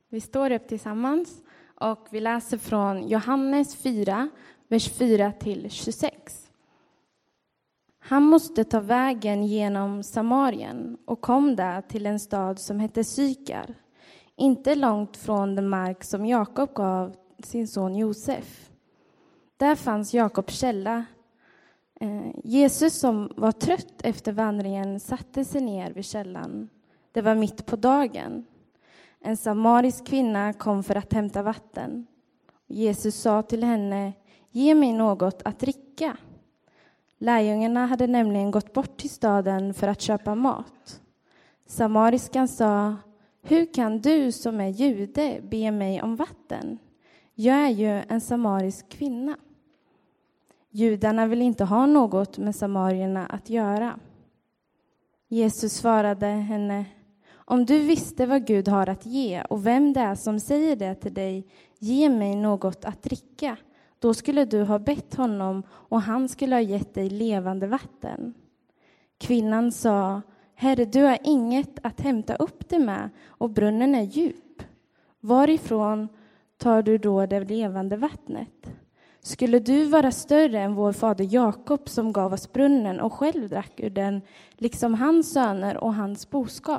Vi står upp tillsammans och vi läser från Johannes 4, vers 4-26. Han måste ta vägen genom Samarien och kom där till en stad som hette Sykar, inte långt från den mark som Jakob gav sin son Josef. Där fanns Jakobs källa. Jesus, som var trött efter vandringen, satte sig ner vid källan. Det var mitt på dagen. En samarisk kvinna kom för att hämta vatten. Jesus sa till henne: ge mig något att dricka. Lärjungarna hade nämligen gått bort till staden för att köpa mat. Samariskan sa: hur kan du som är jude be mig om vatten? Jag är ju en samarisk kvinna. Judarna vill inte ha något med samarierna att göra. Jesus svarade henne: om du visste vad Gud har att ge och vem det är som säger det till dig, ge mig något att dricka, då skulle du ha bett honom och han skulle ha gett dig levande vatten. Kvinnan sa: Herre, du har inget att hämta upp det med och brunnen är djup. Varifrån tar du då det levande vattnet? Skulle du vara större än vår fader Jakob som gav oss brunnen och själv drack ur den, liksom hans söner och hans boskap?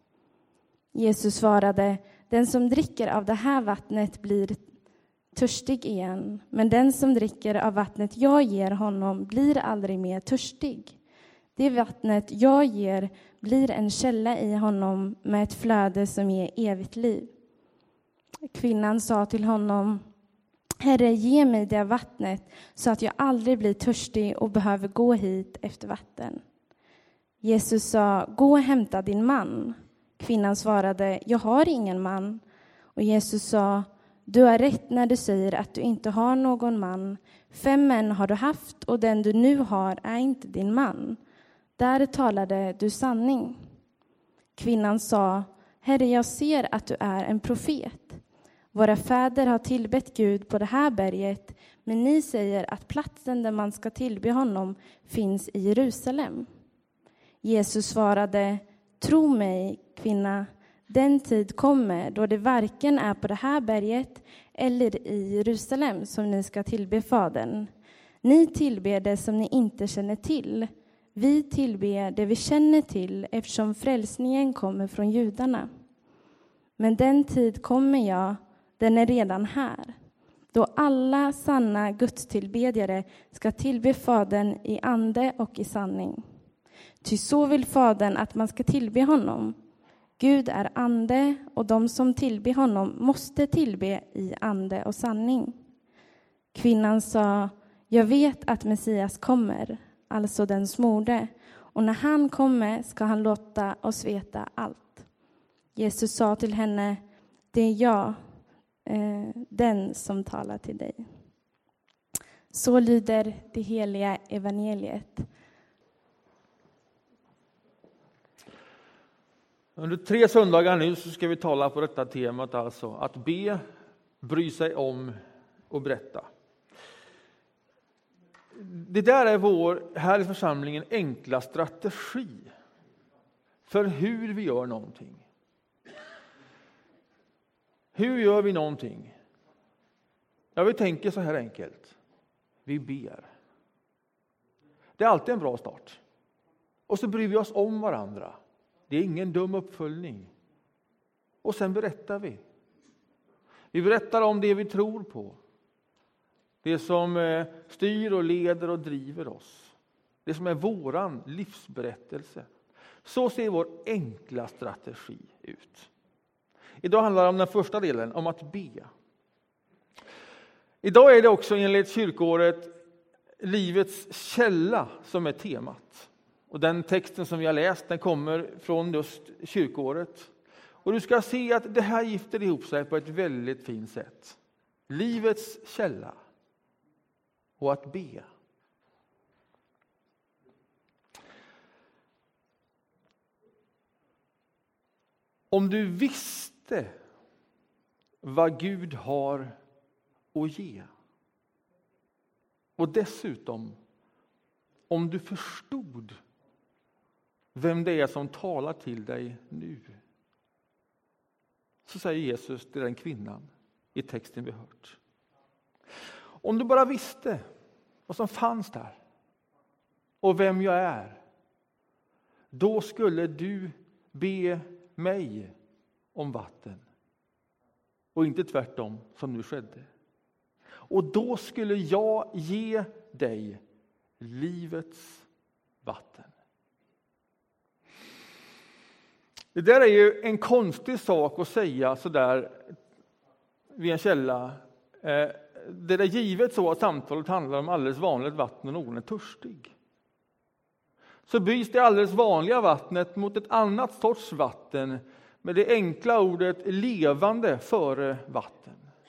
Jesus svarade: den som dricker av det här vattnet blir törstig igen, men den som dricker av vattnet jag ger honom blir aldrig mer törstig. Det vattnet jag ger blir en källa i honom med ett flöde som ger evigt liv. Kvinnan sa till honom: Herre, ge mig det vattnet så att jag aldrig blir törstig och behöver gå hit efter vatten. Jesus sa: gå och hämta din man. Kvinnan svarade: jag har ingen man. Och Jesus sa: du har rätt när du säger att du inte har någon man. 5 män har du haft och den du nu har är inte din man. Där talade du sanning. Kvinnan sa: Herre, jag ser att du är en profet. Våra fäder har tillbett Gud på det här berget, men ni säger att platsen där man ska tillbe honom finns i Jerusalem. Jesus svarade: tro mig, kvinna, den tid kommer då det varken är på det här berget eller i Jerusalem som ni ska tillbe Fadern. Ni tillber det som ni inte känner till. Vi tillber det vi känner till, eftersom frälsningen kommer från judarna. Men den tid kommer jag, den är redan här, då alla sanna gudstillbedjare ska tillbe Fadern i ande och i sanning. Ty så vill Fadern att man ska tillbe honom. Gud är ande, och de som tillber honom måste tillbe i ande och sanning. Kvinnan sa: jag vet att Messias kommer, alltså den smorde, och när han kommer ska han låta oss veta allt. Jesus sa till henne: det är jag, den som talar till dig. Så lyder det heliga evangeliet. Under 3 söndagar nu så ska vi tala på detta temat, alltså att be, bry sig om och berätta. Det där är vår här i församlingen enkla strategi för hur vi gör någonting. Hur gör vi någonting? Ja, vi tänker så här enkelt. Vi ber. Det är alltid en bra start. Och så bryr vi oss om varandra. Det är ingen dum uppföljning. Och sen berättar vi. Vi berättar om det vi tror på. Det som styr och leder och driver oss. Det som är våran livsberättelse. Så ser vår enkla strategi ut. Idag handlar det om den första delen, om att be. Idag är det också enligt kyrkoåret livets källa som är temat. Och den texten som vi har läst, den kommer från just kyrkoåret. Och du ska se att det här gifter ihop sig på ett väldigt fint sätt. Livets källa och att be. Om du visste vad Gud har att ge, och dessutom om du förstod vem det är som talar till dig nu, Så säger Jesus till den kvinnan i texten vi hört. Om du bara visste vad som fanns där och vem jag är, då skulle du be mig om vatten och inte tvärtom som nu skedde. Och då skulle jag ge dig livets vatten. Det där är ju en konstig sak att säga så där vid en källa. Det är givet så att samtalet handlar om alldeles vanligt vatten och någon är törstig. Så byts det alldeles vanliga vattnet mot ett annat sorts vatten med det enkla ordet levande före vatten.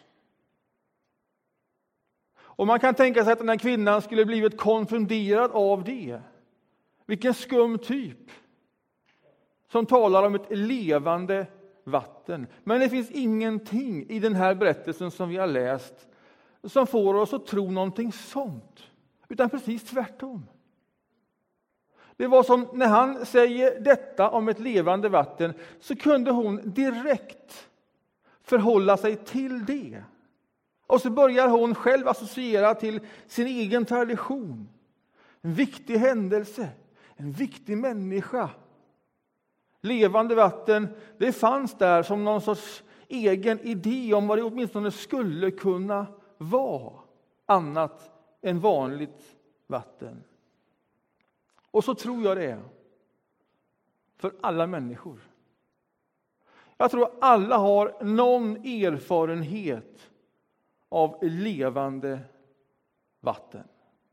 Och man kan tänka sig att den här kvinnan skulle blivit konfunderad av det. Vilken skum typ som talar om ett levande vatten. Men det finns ingenting i den här berättelsen som vi har läst som får oss att tro någonting sånt. Utan precis tvärtom. Det var som när han säger detta om ett levande vatten, så kunde hon direkt förhålla sig till det. Och så börjar hon själv associera till sin egen tradition. En viktig händelse, en viktig människa. Levande vatten, det fanns där som någon sorts egen idé om vad det åtminstone skulle kunna vara. Annat än vanligt vatten. Och så tror jag det är för alla människor. Jag tror alla har någon erfarenhet av levande vatten.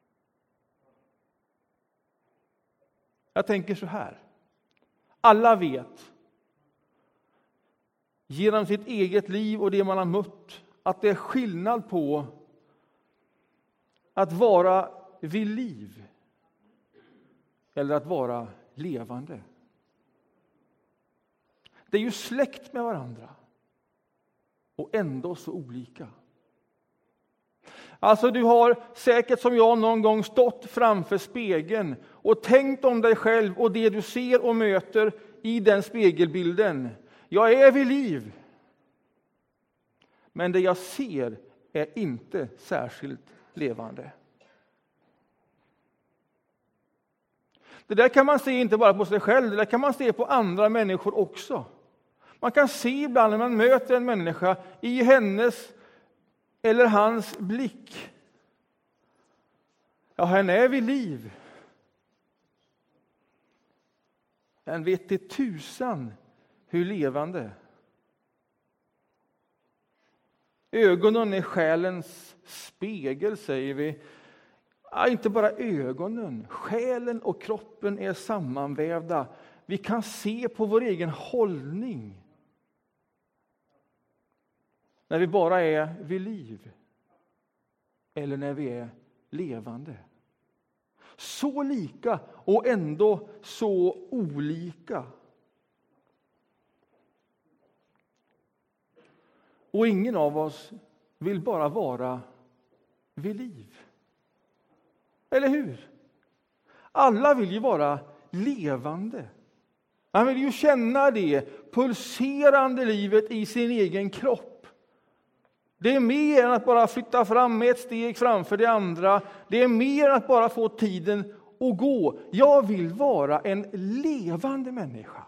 Jag tänker så här. Alla vet genom sitt eget liv och det man har mött att det är skillnad på att vara vid liv eller att vara levande. Det är ju släkt med varandra och ändå så olika. Alltså du har säkert som jag någon gång stått framför spegeln och tänkt om dig själv och det du ser och möter i den spegelbilden. Jag är vid liv. Men det jag ser är inte särskilt levande. Det där kan man se inte bara på sig själv, det där kan man se på andra människor också. Man kan se ibland när man möter en människa i hennes eller hans blick. Ja, han är vid liv. Men vet det tusan hur levande. Ögonen är själens spegel, säger vi. Ja, inte bara ögonen. Själen och kroppen är sammanvävda. Vi kan se på vår egen hållning. När vi bara är vid liv. Eller när vi är levande. Så lika och ändå så olika. Och ingen av oss vill bara vara vid liv. Eller hur? Alla vill ju vara levande. Man vill ju känna det pulserande livet i sin egen kropp. Det är mer än att bara flytta fram med ett steg framför det andra. Det är mer än att bara få tiden att gå. Jag vill vara en levande människa.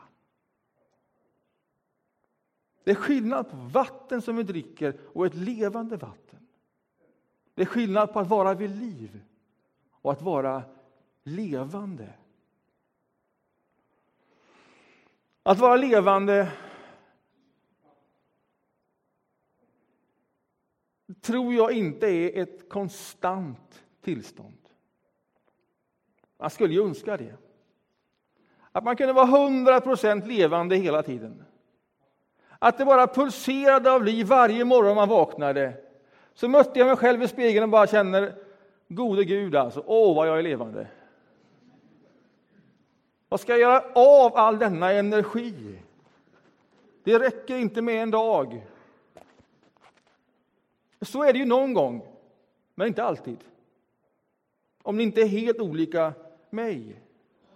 Det är skillnad på vatten som vi dricker och ett levande vatten. Det är skillnad på att vara vid liv och att vara levande. Att vara levande tror jag inte är ett konstant tillstånd. Man skulle ju önska det. Att man kunde vara 100% levande hela tiden. Att det bara pulserade av liv varje morgon man vaknade. Så mötte jag mig själv i spegeln och bara känner, gode Gud alltså, vad jag är levande. Vad ska jag göra av all denna energi? Det räcker inte med en dag. Så är det ju någon gång, men inte alltid. Om ni inte är helt olika mig.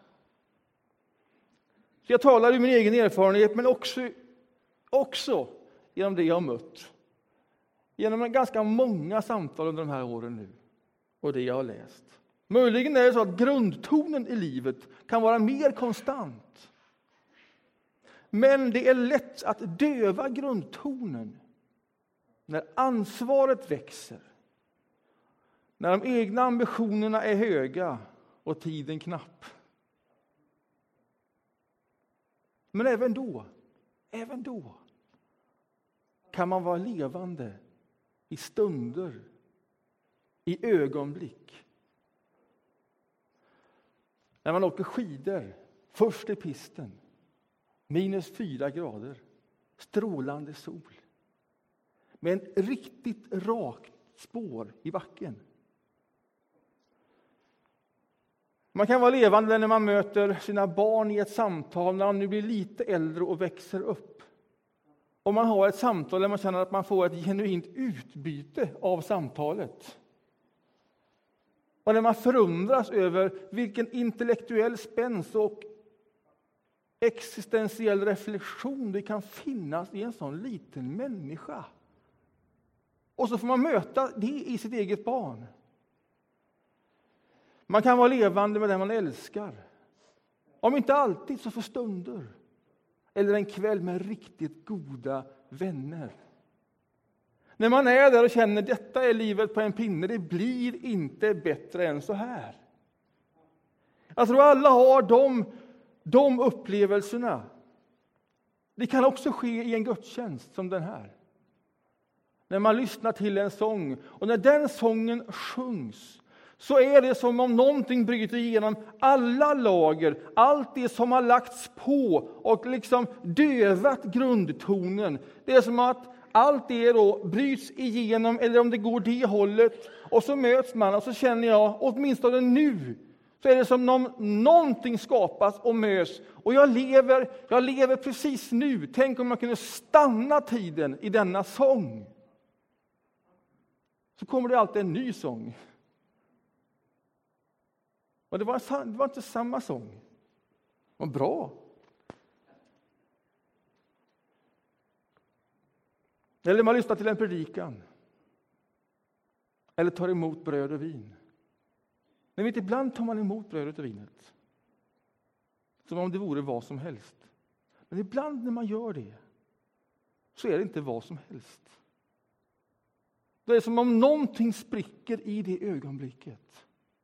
Så jag talar ur min egen erfarenhet, men också genom det jag har mött. Genom ganska många samtal under de här åren nu. Och det jag har läst. Möjligen är det så att grundtonen i livet kan vara mer konstant. Men det är lätt att döva grundtonen när ansvaret växer. När de egna ambitionerna är höga och tiden knapp. Men även då kan man vara levande i stunder, i ögonblick. När man åker skidor, först i pisten, -4 grader, strålande sol. Med en riktigt rakt spår i backen. Man kan vara levande när man möter sina barn i ett samtal när de nu blir lite äldre och växer upp. Och man har ett samtal där man känner att man får ett genuint utbyte av samtalet. Och när man förundras över vilken intellektuell spänst och existentiell reflektion det kan finnas i en sån liten människa. Och så får man möta det i sitt eget barn. Man kan vara levande med den man älskar. Om inte alltid så för stunder. Eller en kväll med riktigt goda vänner. När man är där och känner detta är livet på en pinne, det blir inte bättre än så här. Jag tror alla har de upplevelserna. Det kan också ske i en gudstjänst som den här. När man lyssnar till en sång och när den sången sjungs så är det som om någonting bryter igenom alla lager, allt det som har lagts på och liksom dövat grundtonen. Det är som att allt det då bryts igenom, eller om det går det hållet, och så möts man och så känner jag, åtminstone nu, så är det som om någonting skapas och möts. Och jag lever precis nu. Tänk om man kunde stanna tiden i denna sång. Så kommer det alltid en ny sång. Och det var inte samma sång. Det var bra. Eller man lyssnar till en predikan. Eller tar emot bröd och vin. Men vet, ibland tar man emot brödet och vinet. Som om det vore vad som helst. Men ibland när man gör det så är det inte vad som helst. Det är som om någonting spricker i det ögonblicket.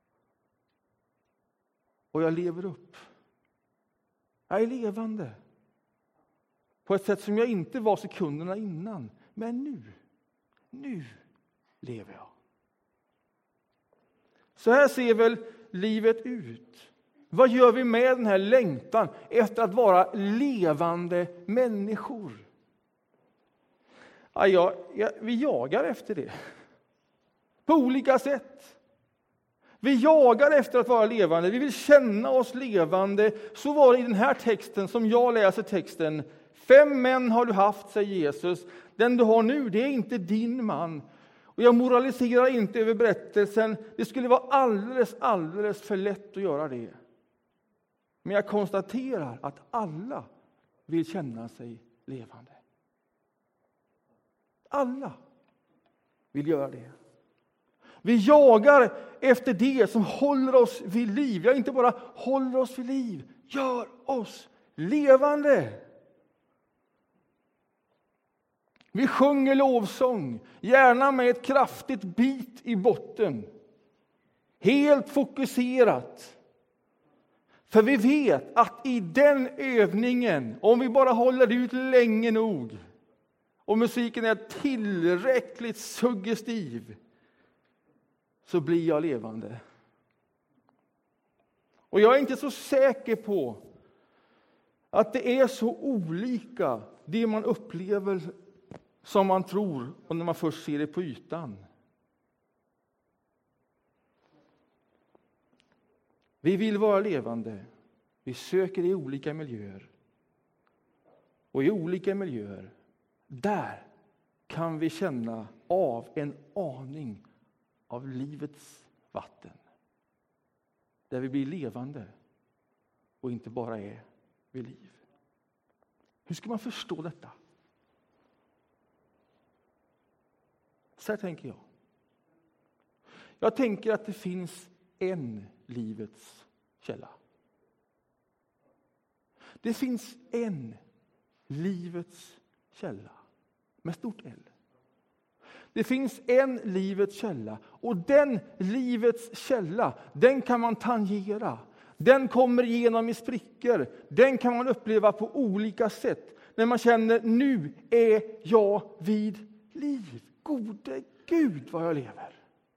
Och jag lever upp. Jag är levande. På ett sätt som jag inte var sekunderna innan. Men nu lever jag. Så här ser väl livet ut. Vad gör vi med den här längtan efter att vara levande människor? Vi jagar efter det. På olika sätt. Vi jagar efter att vara levande. Vi vill känna oss levande. Så var det i den här texten som jag läser texten. 5 män har du haft, säger Jesus. Den du har nu, det är inte din man. Och jag moraliserar inte över berättelsen. Det skulle vara alldeles för lätt att göra det. Men jag konstaterar att alla vill känna sig levande. Alla vill göra det. Vi jagar efter det som håller oss vid liv. Ja, inte bara håller oss vid liv. Gör oss levande. Vi sjunger lovsång, gärna med ett kraftigt bit i botten. Helt fokuserat. För vi vet att i den övningen, om vi bara håller ut länge nog, och musiken är tillräckligt suggestiv, så blir jag levande. Och jag är inte så säker på att det är så olika det man upplever som man tror och när man först ser det på ytan. Vi vill vara levande. Vi söker i olika miljöer. Och i olika miljöer, där kan vi känna av en aning av livets vatten. Där vi blir levande och inte bara är vid liv. Hur ska man förstå detta? Så här tänker jag. Jag tänker att det finns en livets källa. Det finns en livets källa med stort L. Det finns en livets källa, och den livets källa, den kan man tangera. Den kommer igenom i sprickor. Den kan man uppleva på olika sätt. När man känner, nu är jag vid liv. Gode Gud vad jag lever.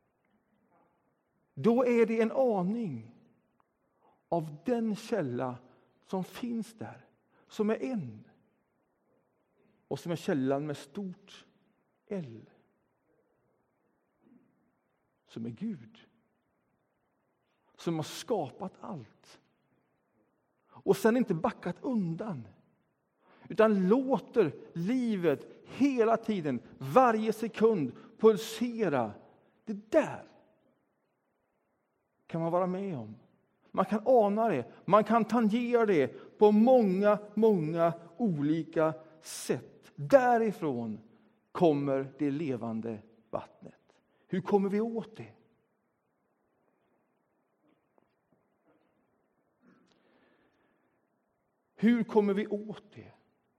Då är det en aning av den källa som finns där. Som är en. Och som är källan med stort L. Som är Gud. Som har skapat allt. Och sen inte backat undan. Utan låter livet hela tiden, varje sekund, pulsera. Det där kan man vara med om. Man kan ana det. Man kan tangera det på många, många olika sätt. Därifrån kommer det levande vattnet. Hur kommer vi åt det? Hur kommer vi åt det?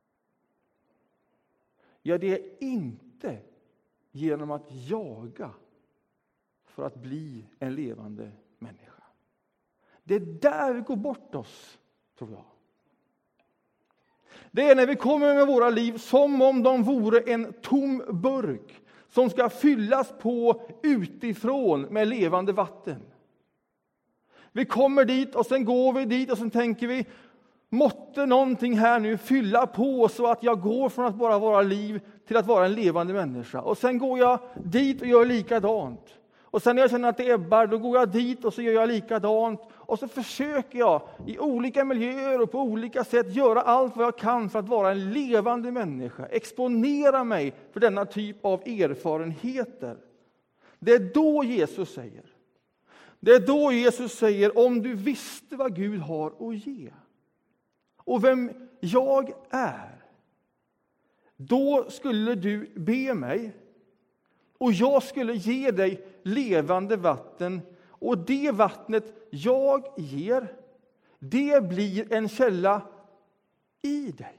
Ja, det är inte genom att jaga för att bli en levande människa. Det är där vi går bort oss, tror jag. Det är när vi kommer med våra liv som om de vore en tom burk som ska fyllas på utifrån med levande vatten. Vi kommer dit och sen går vi dit och sen tänker vi, måtte någonting här nu fylla på så att jag går från att bara vara liv till att vara en levande människa. Och sen går jag dit och gör likadant. Och sen när jag känner att det ebbar, då går jag dit och så gör jag likadant. Och så försöker jag i olika miljöer och på olika sätt göra allt vad jag kan för att vara en levande människa. Exponera mig för denna typ av erfarenheter. Det är då Jesus säger. Det är då Jesus säger, om du visste vad Gud har att ge. Och vem jag är. Då skulle du be mig. Och jag skulle ge dig levande vatten. Och det vattnet jag ger, det blir en källa i dig.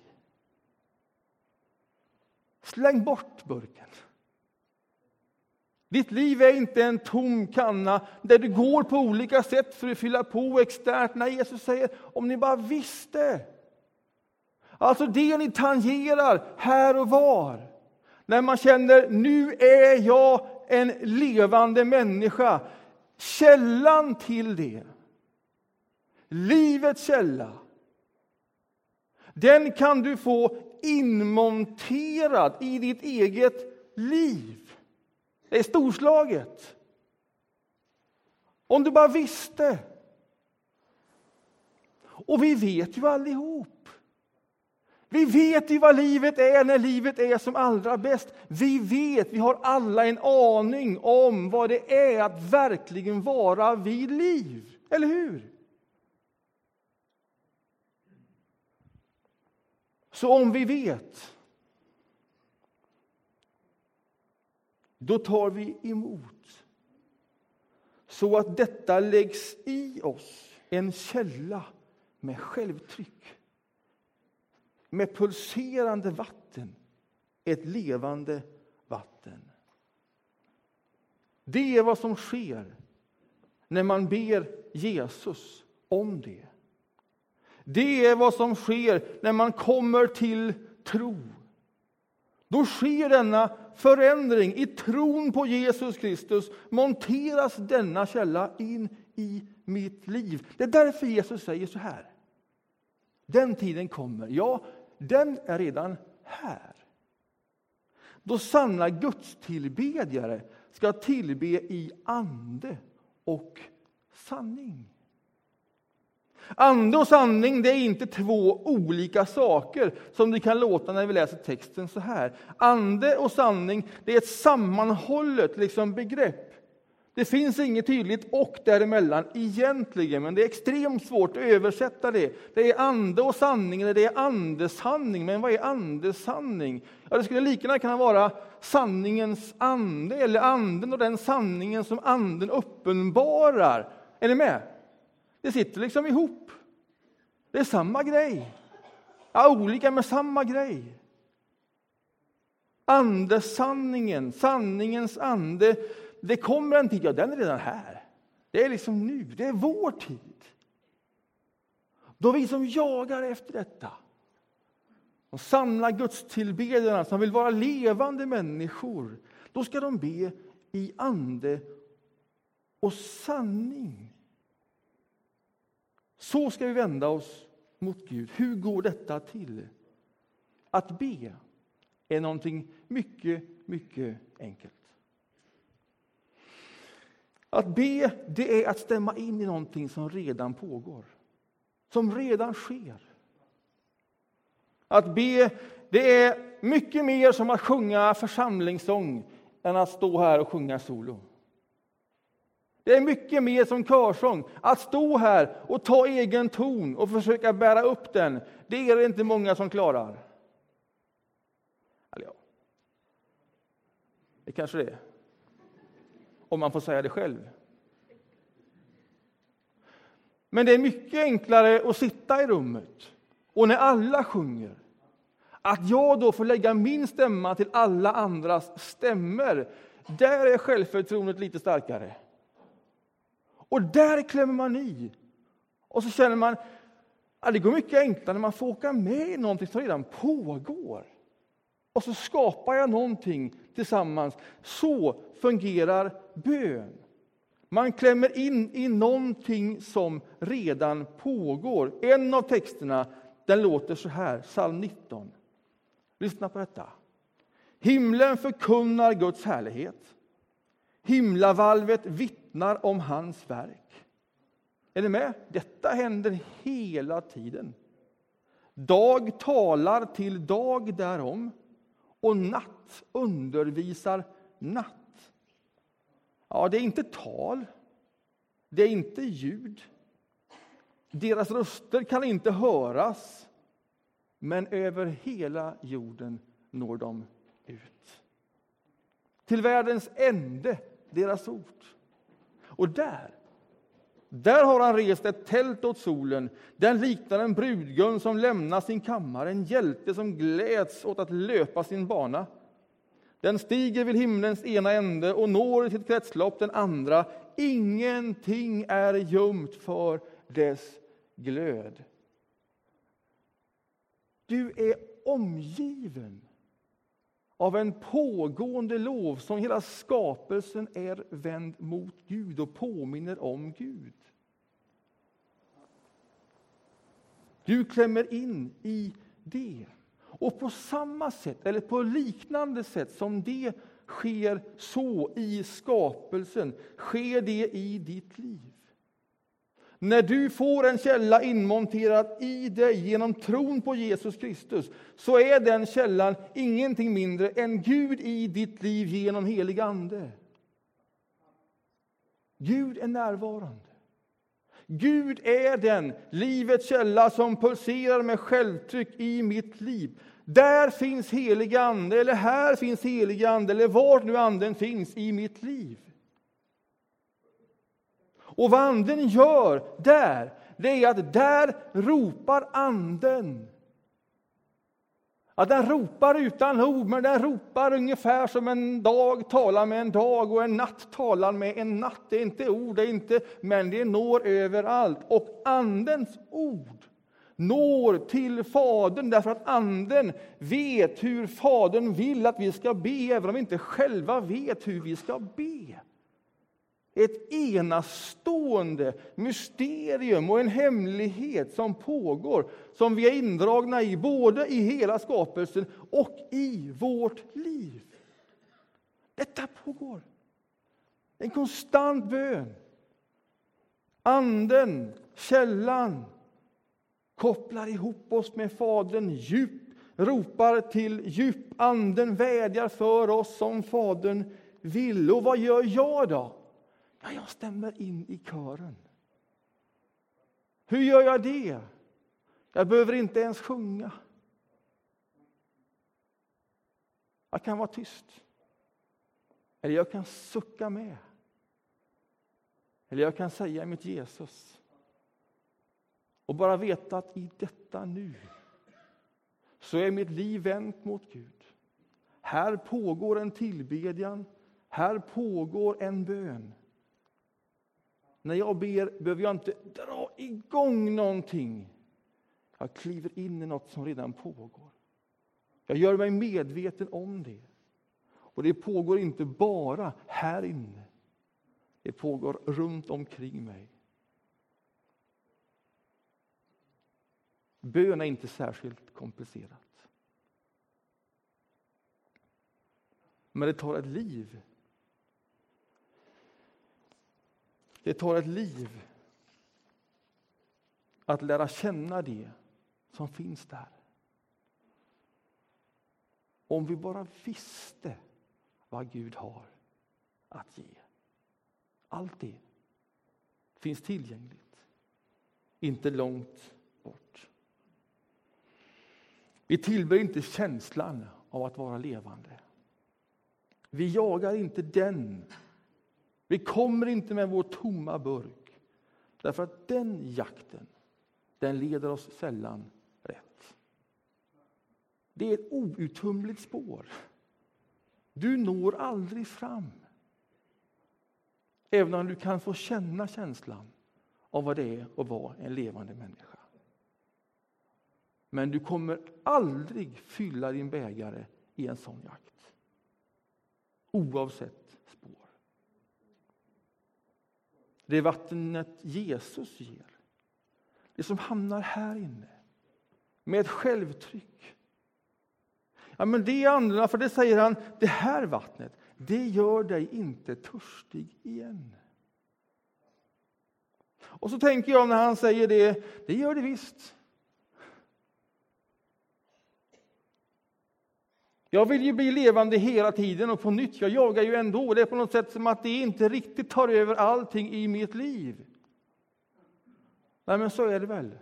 Släng bort burken. Ditt liv är inte en tom kanna där du går på olika sätt för att fylla på externt. När Jesus säger, om ni bara visste. Alltså det ni tangerar här och var. När man känner, nu är jag en levande människa. Källan till det. Livets källa. Den kan du få inmonterad i ditt eget liv. Det är storslaget. Om du bara visste. Och vi vet ju allihop. Vi vet ju vad livet är när livet är som allra bäst. Vi har alla en aning om vad det är att verkligen vara vid liv. Eller hur? Så om vi vet, då tar vi emot. Så att detta läggs i oss, en källa med självtryck. Med pulserande vatten, ett levande vatten. Det är vad som sker när man ber Jesus om det. Det är vad som sker när man kommer till tro. Då sker denna förändring. I tron på Jesus Kristus monteras denna källa in i mitt liv. Det är därför Jesus säger så här. Den tiden kommer. Ja, den är redan här. Då sanna gudstillbedjare ska tillbe i ande och sanning. Ande och sanning, det är inte två olika saker som det kan låta när vi läser texten så här. Ande och sanning, det är ett sammanhållet begrepp. Det finns inget tydligt och däremellan egentligen, men det är extremt svårt att översätta det. Det är ande och sanning, eller det är andesanning. Men vad är andesanning? Ja, det skulle lika gärna kunna vara sanningens ande, eller anden och den sanningen som anden uppenbarar. Är ni med? Det sitter liksom ihop. Det är samma grej. Ja, olika men samma grej. Andesanningen, sanningens ande. Det kommer en tid, ja den är redan här. Det är liksom nu, det är vår tid. Då vi som jagar efter detta. Och sanna Guds tillbedjarna som vill vara levande människor. Då ska de be i ande och sanning. Så ska vi vända oss mot Gud. Hur går detta till? Att be är någonting mycket, mycket enkelt. Att be, det är att stämma in i någonting som redan pågår. Som redan sker. Att be, det är mycket mer som att sjunga församlingssång än att stå här och sjunga solo. Det är mycket mer som körsång. Att stå här och ta egen ton och försöka bära upp den, det är det inte många som klarar. Eller ja. Det kanske det är. Om man får säga det själv. Men det är mycket enklare att sitta i rummet. Och när alla sjunger. Att jag då får lägga min stämma till alla andras stämmer. Där är självförtroendet lite starkare. Och där klämmer man i. Och så känner man att det går mycket enklare när man får åka med i någonting som redan pågår. Och så skapar jag någonting tillsammans. Så fungerar bön. Man klämmer in i någonting som redan pågår. En av texterna, den låter så här, psalm 19. Lyssna på detta. Himlen förkunnar Guds härlighet. Himlavalvet vittnar om hans verk. Är ni med? Detta händer hela tiden. Dag talar till dag därom. Och natt undervisar natt. Ja, det är inte tal. Det är inte ljud. Deras röster kan inte höras. Men över hela jorden når de ut. Till världens ände, deras ord. Och där har han rest ett tält åt solen. Den liknar en brudgum som lämnar sin kammare. En hjälte som gläds åt att löpa sin bana. Den stiger vid himlens ena ände och når till ett kretslopp den andra. Ingenting är gömt för dess glöd. Du är omgiven av en pågående lov som hela skapelsen är vänd mot Gud och påminner om Gud. Du klämmer in i det. Och på samma sätt, eller på liknande sätt som det sker så i skapelsen, sker det i ditt liv. När du får en källa inmonterad i dig genom tron på Jesus Kristus, så är den källan ingenting mindre än Gud i ditt liv genom helig ande. Gud är närvarande. Gud är den livets källa som pulserar med självtryck i mitt liv. Där finns helig ande, eller här finns helig ande, eller vart nu anden finns i mitt liv. Och vad anden gör där, det är att där ropar anden. Att den ropar utan ord, men den ropar ungefär som en dag talar med en dag och en natt talar med en natt. Det är inte ord, det är inte, men det når överallt. Och andens ord når till Fadern därför att anden vet hur Fadern vill att vi ska be, även om vi inte själva vet hur vi ska be. Ett enastående mysterium och en hemlighet som pågår, som vi är indragna i både i hela skapelsen och i vårt liv. Detta pågår. En konstant bön. Anden, källan, kopplar ihop oss med Fadern. Djup ropar till djup. Anden vädjar för oss som Fadern vill. Och vad gör jag då? Ja, jag stämmer in i kören. Hur gör jag det? Jag behöver inte ens sjunga. Jag kan vara tyst. Eller jag kan sucka med. Eller jag kan säga mitt Jesus. Och bara veta att i detta nu så är mitt liv vänt mot Gud. Här pågår en tillbedjan. Här pågår en bön. När jag ber behöver jag inte dra igång någonting. Jag kliver in i något som redan pågår. Jag gör mig medveten om det. Och det pågår inte bara här inne. Det pågår runt omkring mig. Bön är inte särskilt komplicerat. Men det tar ett liv. Det tar ett liv att lära känna det som finns där. Om vi bara visste vad Gud har att ge. Allt det finns tillgängligt. Inte långt bort. Vi tillber inte känslan av att vara levande. Vi jagar inte den. Vi kommer inte med vår tomma burk. Därför att den jakten, den leder oss sällan rätt. Det är ett outtömligt spår. Du når aldrig fram. Även om du kan få känna känslan av vad det är att vara en levande människa. Men du kommer aldrig fylla din bägare i en sån jakt. Oavsett spår. Det vattnet Jesus ger. Det som hamnar här inne. Med ett självtryck. Ja, men det är annorlunda, för det säger han, det här vattnet, det gör dig inte törstig igen. Och så tänker jag när han säger det gör det visst. Jag vill ju bli levande hela tiden och på nytt, jag jagar ju ändå. Det är på något sätt som att det inte riktigt tar över allting i mitt liv. Nej, men så är det väl.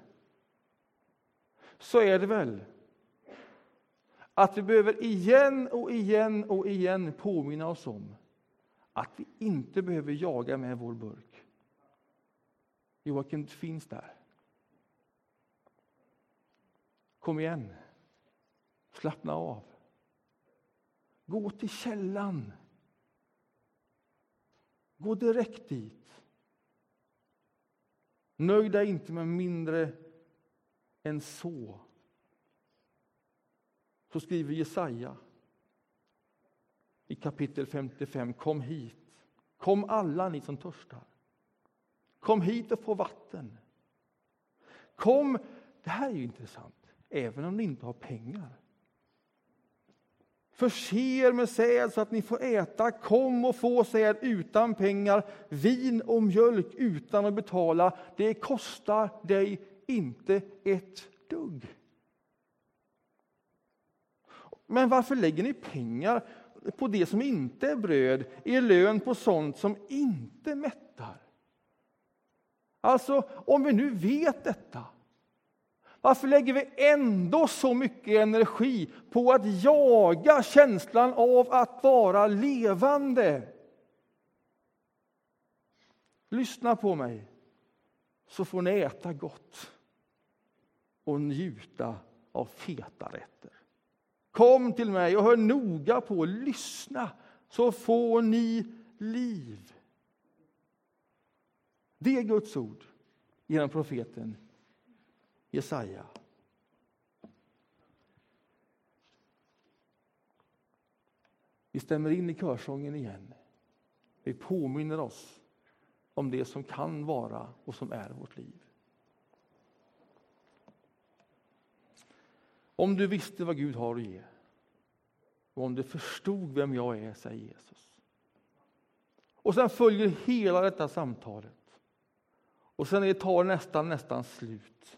Så är det väl. Att vi behöver igen och igen och igen påminna oss om att vi inte behöver jaga med vår burk. Joakim finns där. Kom igen. Slappna av. Gå till källan. Gå direkt dit. Nöj dig inte med mindre än så. Så skriver Jesaja i kapitel 55. Kom hit. Kom alla ni som törstar. Kom hit och få vatten. Kom, det här är ju intressant. Även om ni inte har pengar. Förse er med säd så att ni får äta. Kom och få säd utan pengar. Vin och mjölk utan att betala. Det kostar dig inte ett dugg. Men varför lägger ni pengar på det som inte är bröd? Er lön på sånt som inte mättar. Alltså, om vi nu vet detta. Varför lägger vi ändå så mycket energi på att jaga känslan av att vara levande? Lyssna på mig, så får ni äta gott och njuta av feta rätter. Kom till mig och hör noga på, lyssna, så får ni liv. Det är Guds ord genom profeten Jesaja. Vi stämmer in i körsången igen. Vi påminner oss om det som kan vara och som är vårt liv. Om du visste vad Gud har att ge och om du förstod vem jag är, säger Jesus. Och sen följer hela detta samtalet. Och sen tar nästan slut.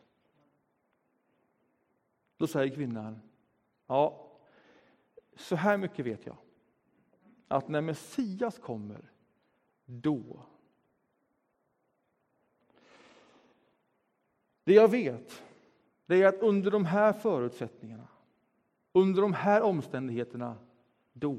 Då säger kvinnan, ja, så här mycket vet jag. Att när Messias kommer, då Det jag vet, det är att under de här förutsättningarna, under de här omständigheterna, då.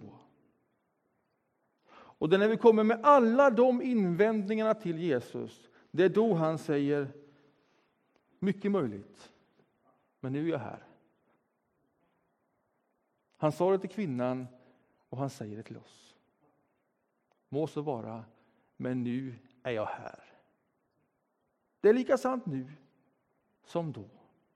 Och det är när vi kommer med alla de invändningarna till Jesus, det är då han säger, mycket möjligt, men nu är jag här. Han sa det till kvinnan och han säger det till oss. Må så vara, men nu är jag här. Det är lika sant nu som då.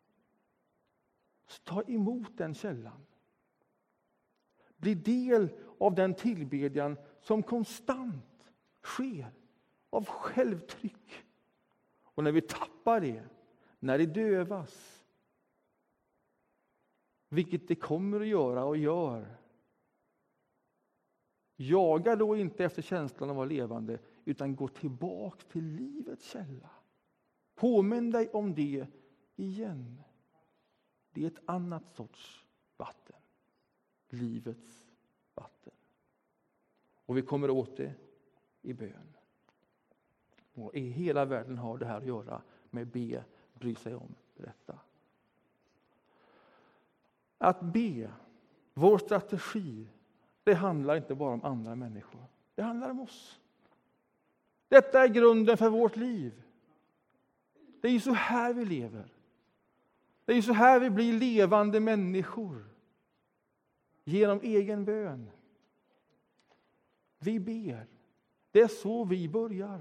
Så ta emot den källan. Bli del av den tillbedjan som konstant sker av självtryck. Och när vi tappar det, när det dövas, vilket det kommer att göra och gör, jaga då inte efter känslan av att vara levande, utan gå tillbaka till livets källa. Påminn dig om det igen. Det är ett annat sorts vatten. Livets vatten. Och vi kommer åt det i bön. Och i hela världen har det här att göra med be, bry sig om, berätta. Att be, vår strategi, det handlar inte bara om andra människor. Det handlar om oss. Detta är grunden för vårt liv. Det är ju så här vi lever. Det är ju så här vi blir levande människor. Genom egen bön. Vi ber. Det är så vi börjar.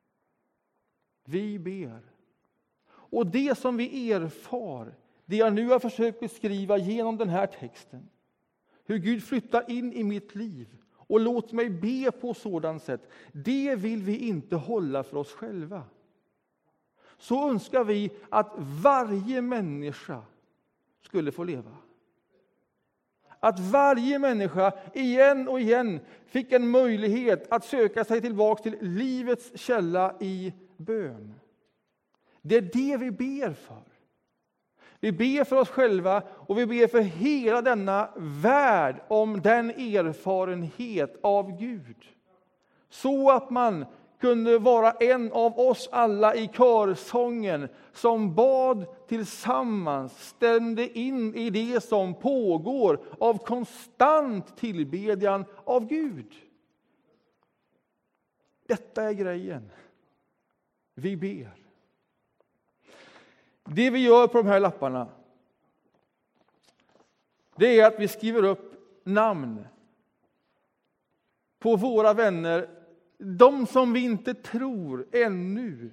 Vi ber. Och det som vi erfar, det jag nu har försökt beskriva genom den här texten. Hur Gud flyttar in i mitt liv och låter mig be på sådant sätt. Det vill vi inte hålla för oss själva. Så önskar vi att varje människa skulle få leva. Att varje människa igen och igen fick en möjlighet att söka sig tillbaka till livets källa i bön. Det är det vi ber för. Vi ber för oss själva och vi ber för hela denna värld om den erfarenhet av Gud. Så att man kunde vara en av oss alla i körsången som bad tillsammans, stämde in i det som pågår av konstant tillbedjan av Gud. Detta är grejen. Vi ber. Det vi gör på de här lapparna, det är att vi skriver upp namn på våra vänner, de som vi inte tror ännu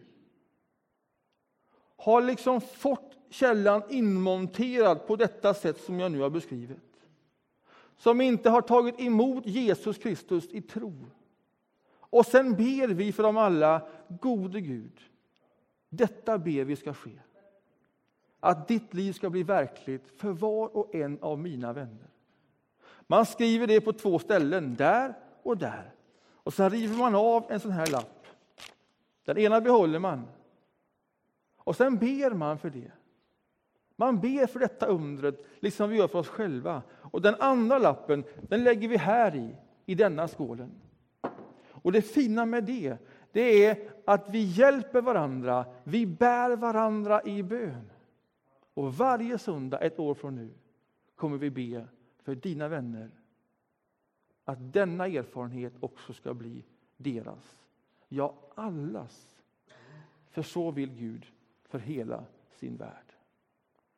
har liksom fått källan inmonterad på detta sätt som jag nu har beskrivit. Som inte har tagit emot Jesus Kristus i tro. Och sen ber vi för dem alla, gode Gud, detta ber vi ska ske. Att ditt liv ska bli verkligt för var och en av mina vänner. Man skriver det på 2 ställen, där och där. Och sen river man av en sån här lapp. Den ena behåller man. Och sen ber man för det. Man ber för detta undret, liksom vi gör för oss själva. Och den andra lappen, den lägger vi här i denna skålen. Och det fina med det är att vi hjälper varandra. Vi bär varandra i bön. Och varje söndag, 1 år från nu, kommer vi be för dina vänner. Att denna erfarenhet också ska bli deras. Ja, allas. För så vill Gud för hela sin värld.